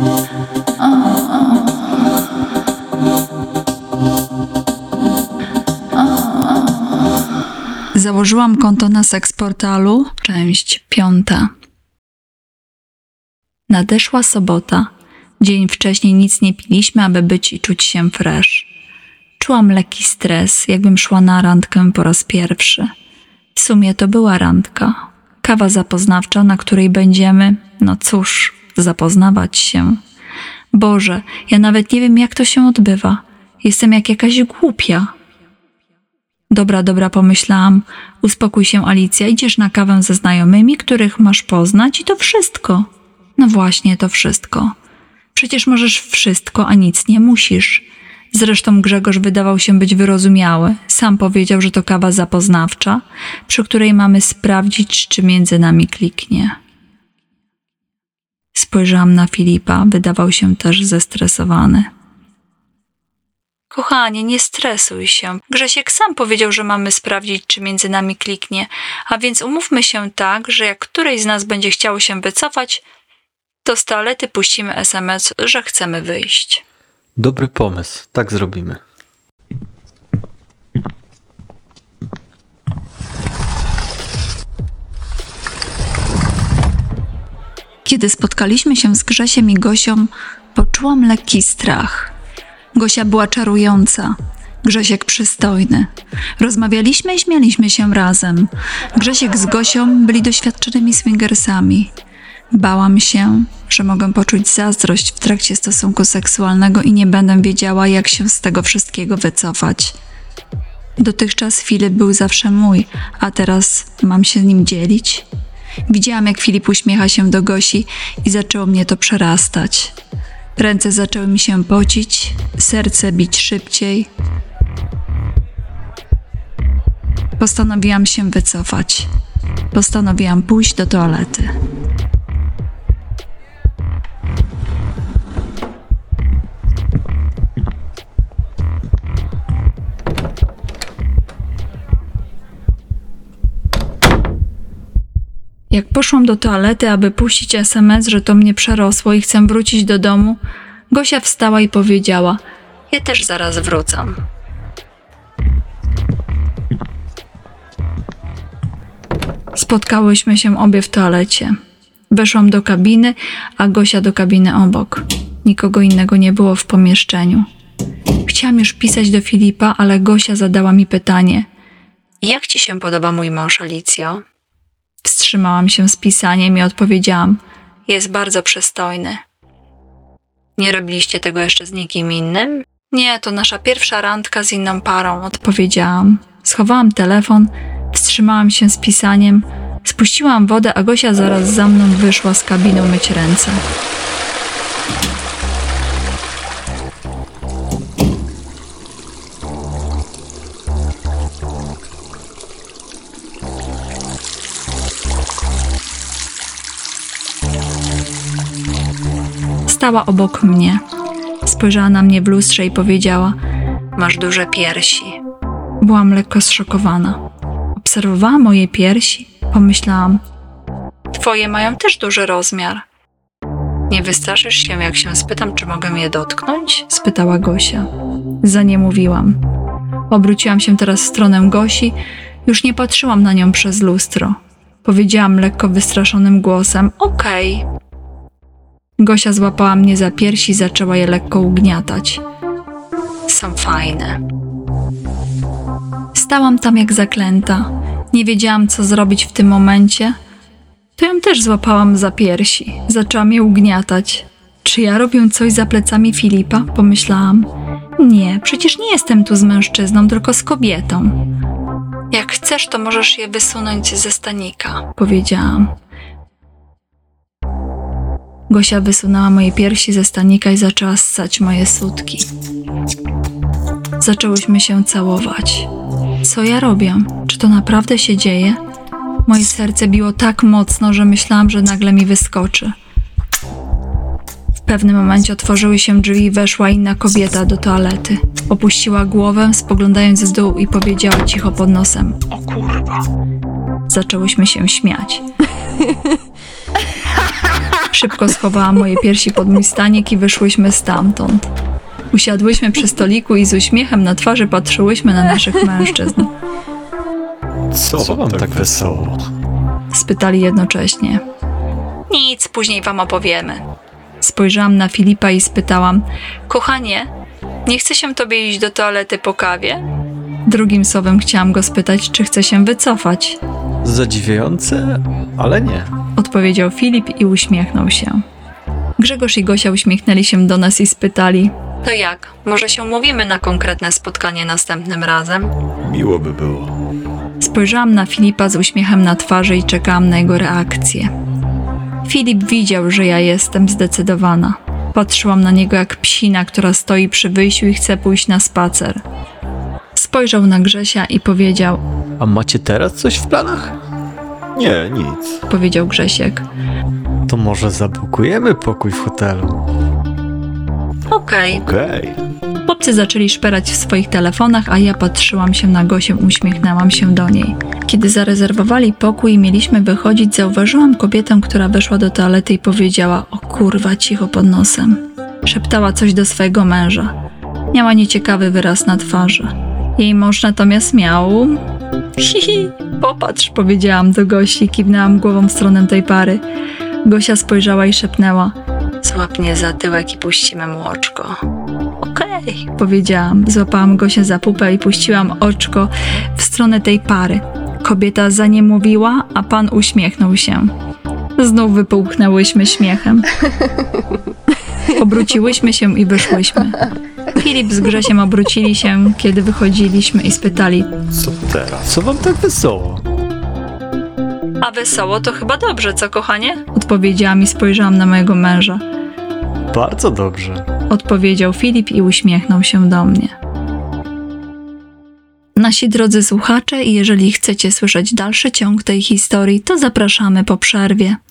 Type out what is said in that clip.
Założyłam konto na Seksportalu, część 5. Nadeszła sobota. Dzień wcześniej nic nie piliśmy, aby być i czuć się fresh. Czułam lekki stres, jakbym szła na randkę po raz pierwszy. W sumie to była randka. Kawa zapoznawcza, na której będziemy, no cóż, zapoznawać się. Boże, ja nawet nie wiem, jak to się odbywa. Jestem jak jakaś głupia. Dobra, pomyślałam. Uspokój się, Alicja, idziesz na kawę ze znajomymi, których masz poznać i to wszystko. No właśnie, to wszystko. Przecież możesz wszystko, a nic nie musisz. Zresztą Grzegorz wydawał się być wyrozumiały. Sam powiedział, że to kawa zapoznawcza, przy której mamy sprawdzić, czy między nami kliknie. Spojrzałam na Filipa, wydawał się też zestresowany. Kochanie, nie stresuj się. Grzesiek sam powiedział, że mamy sprawdzić, czy między nami kliknie, a więc umówmy się tak, że jak którejś z nas będzie chciało się wycofać, to z toalety puścimy SMS, że chcemy wyjść. Dobry pomysł, tak zrobimy. Kiedy spotkaliśmy się z Grzesiem i Gosią, poczułam lekki strach. Gosia była czarująca, Grzesiek przystojny. Rozmawialiśmy i śmialiśmy się razem. Grzesiek z Gosią byli doświadczonymi swingersami. Bałam się, że mogę poczuć zazdrość w trakcie stosunku seksualnego i nie będę wiedziała, jak się z tego wszystkiego wycofać. Dotychczas Filip był zawsze mój, a teraz mam się nim dzielić? Widziałam, jak Filip uśmiecha się do Gosi i zaczęło mnie to przerastać. Ręce zaczęły mi się pocić, serce bić szybciej. Postanowiłam się wycofać. Postanowiłam pójść do toalety. Jak poszłam do toalety, aby puścić SMS, że to mnie przerosło i chcę wrócić do domu, Gosia wstała i powiedziała: ja też zaraz wrócę. Spotkałyśmy się obie w toalecie. Weszłam do kabiny, a Gosia do kabiny obok. Nikogo innego nie było w pomieszczeniu. Chciałam już pisać do Filipa, ale Gosia zadała mi pytanie: jak ci się podoba mój mąż, Alicjo? Wstrzymałam się z pisaniem i odpowiedziałam: jest bardzo przystojny. Nie robiliście tego jeszcze z nikim innym? Nie, to nasza pierwsza randka z inną parą, odpowiedziałam. Schowałam telefon, wstrzymałam się z pisaniem, spuściłam wodę, a Gosia zaraz za mną wyszła z kabiny myć ręce. Stała obok mnie. Spojrzała na mnie w lustrze i powiedziała: masz duże piersi. Byłam lekko zszokowana. Obserwowała moje piersi. Pomyślałam: twoje mają też duży rozmiar. Nie wystraszysz się, jak się spytam, czy mogę je dotknąć? Spytała Gosia. Zaniemówiłam. Obróciłam się teraz w stronę Gosi. Już nie patrzyłam na nią przez lustro. Powiedziałam lekko wystraszonym głosem: okej. Gosia złapała mnie za piersi i zaczęła je lekko ugniatać. Są fajne. Stałam tam jak zaklęta. Nie wiedziałam, co zrobić w tym momencie. To ją też złapałam za piersi. Zaczęłam je ugniatać. Czy ja robię coś za plecami Filipa? Pomyślałam. Nie, przecież nie jestem tu z mężczyzną, tylko z kobietą. Jak chcesz, to możesz je wysunąć ze stanika, powiedziałam. Gosia wysunęła moje piersi ze stanika i zaczęła ssać moje sutki. Zaczęłyśmy się całować. Co ja robię? Czy to naprawdę się dzieje? Moje serce biło tak mocno, że myślałam, że nagle mi wyskoczy. W pewnym momencie otworzyły się drzwi i weszła inna kobieta do toalety. Opuściła głowę, spoglądając w dół i powiedziała cicho pod nosem: o kurwa. Zaczęłyśmy się śmiać. Szybko schowałam moje piersi pod mój stanik i wyszłyśmy stamtąd. Usiadłyśmy przy stoliku i z uśmiechem na twarzy patrzyłyśmy na naszych mężczyzn. Co wam tak wesoło? Spytali jednocześnie. Nic, później wam opowiemy. Spojrzałam na Filipa i spytałam: kochanie, nie chce się tobie iść do toalety po kawie? Drugim słowem chciałam go spytać, czy chce się wycofać. Zadziwiające, ale nie. Odpowiedział Filip i uśmiechnął się. Grzegorz i Gosia uśmiechnęli się do nas i spytali: to jak? Może się umówimy na konkretne spotkanie następnym razem? Miło by było. Spojrzałam na Filipa z uśmiechem na twarzy i czekałam na jego reakcję. Filip widział, że ja jestem zdecydowana. Patrzyłam na niego jak psina, która stoi przy wyjściu i chce pójść na spacer. Spojrzał na Grzesia i powiedział: A macie teraz coś w planach? Nie, nic. powiedział Grzesiek. To może zabukujemy pokój w hotelu? Okej. Okej. Chłopcy zaczęli szperać w swoich telefonach, a ja patrzyłam się na Gosię, uśmiechnęłam się do niej. Kiedy zarezerwowali pokój i mieliśmy wychodzić, zauważyłam kobietę, która weszła do toalety i powiedziała: o kurwa, cicho pod nosem. Szeptała coś do swojego męża. Miała nieciekawy wyraz na twarzy. Jej mąż natomiast miał... Hihi, popatrz, powiedziałam do Gosi, kiwnęłam głową w stronę tej pary. Gosia spojrzała i szepnęła: złap mnie za tyłek i puścimy mu oczko. Okej, powiedziałam. Złapałam Gosię za pupę i puściłam oczko w stronę tej pary. Kobieta zaniemówiła, a pan uśmiechnął się. Znów wybuchnęłyśmy śmiechem. Obróciłyśmy się i wyszłyśmy. Filip z Grzesiem obrócili się, kiedy wychodziliśmy i spytali: Co teraz? Co wam tak wesoło? a wesoło to chyba dobrze, co kochanie? Odpowiedziałam i spojrzałam na mojego męża. Bardzo dobrze. Odpowiedział Filip i uśmiechnął się do mnie. Nasi drodzy słuchacze, jeżeli chcecie słyszeć dalszy ciąg tej historii, to zapraszamy po przerwie.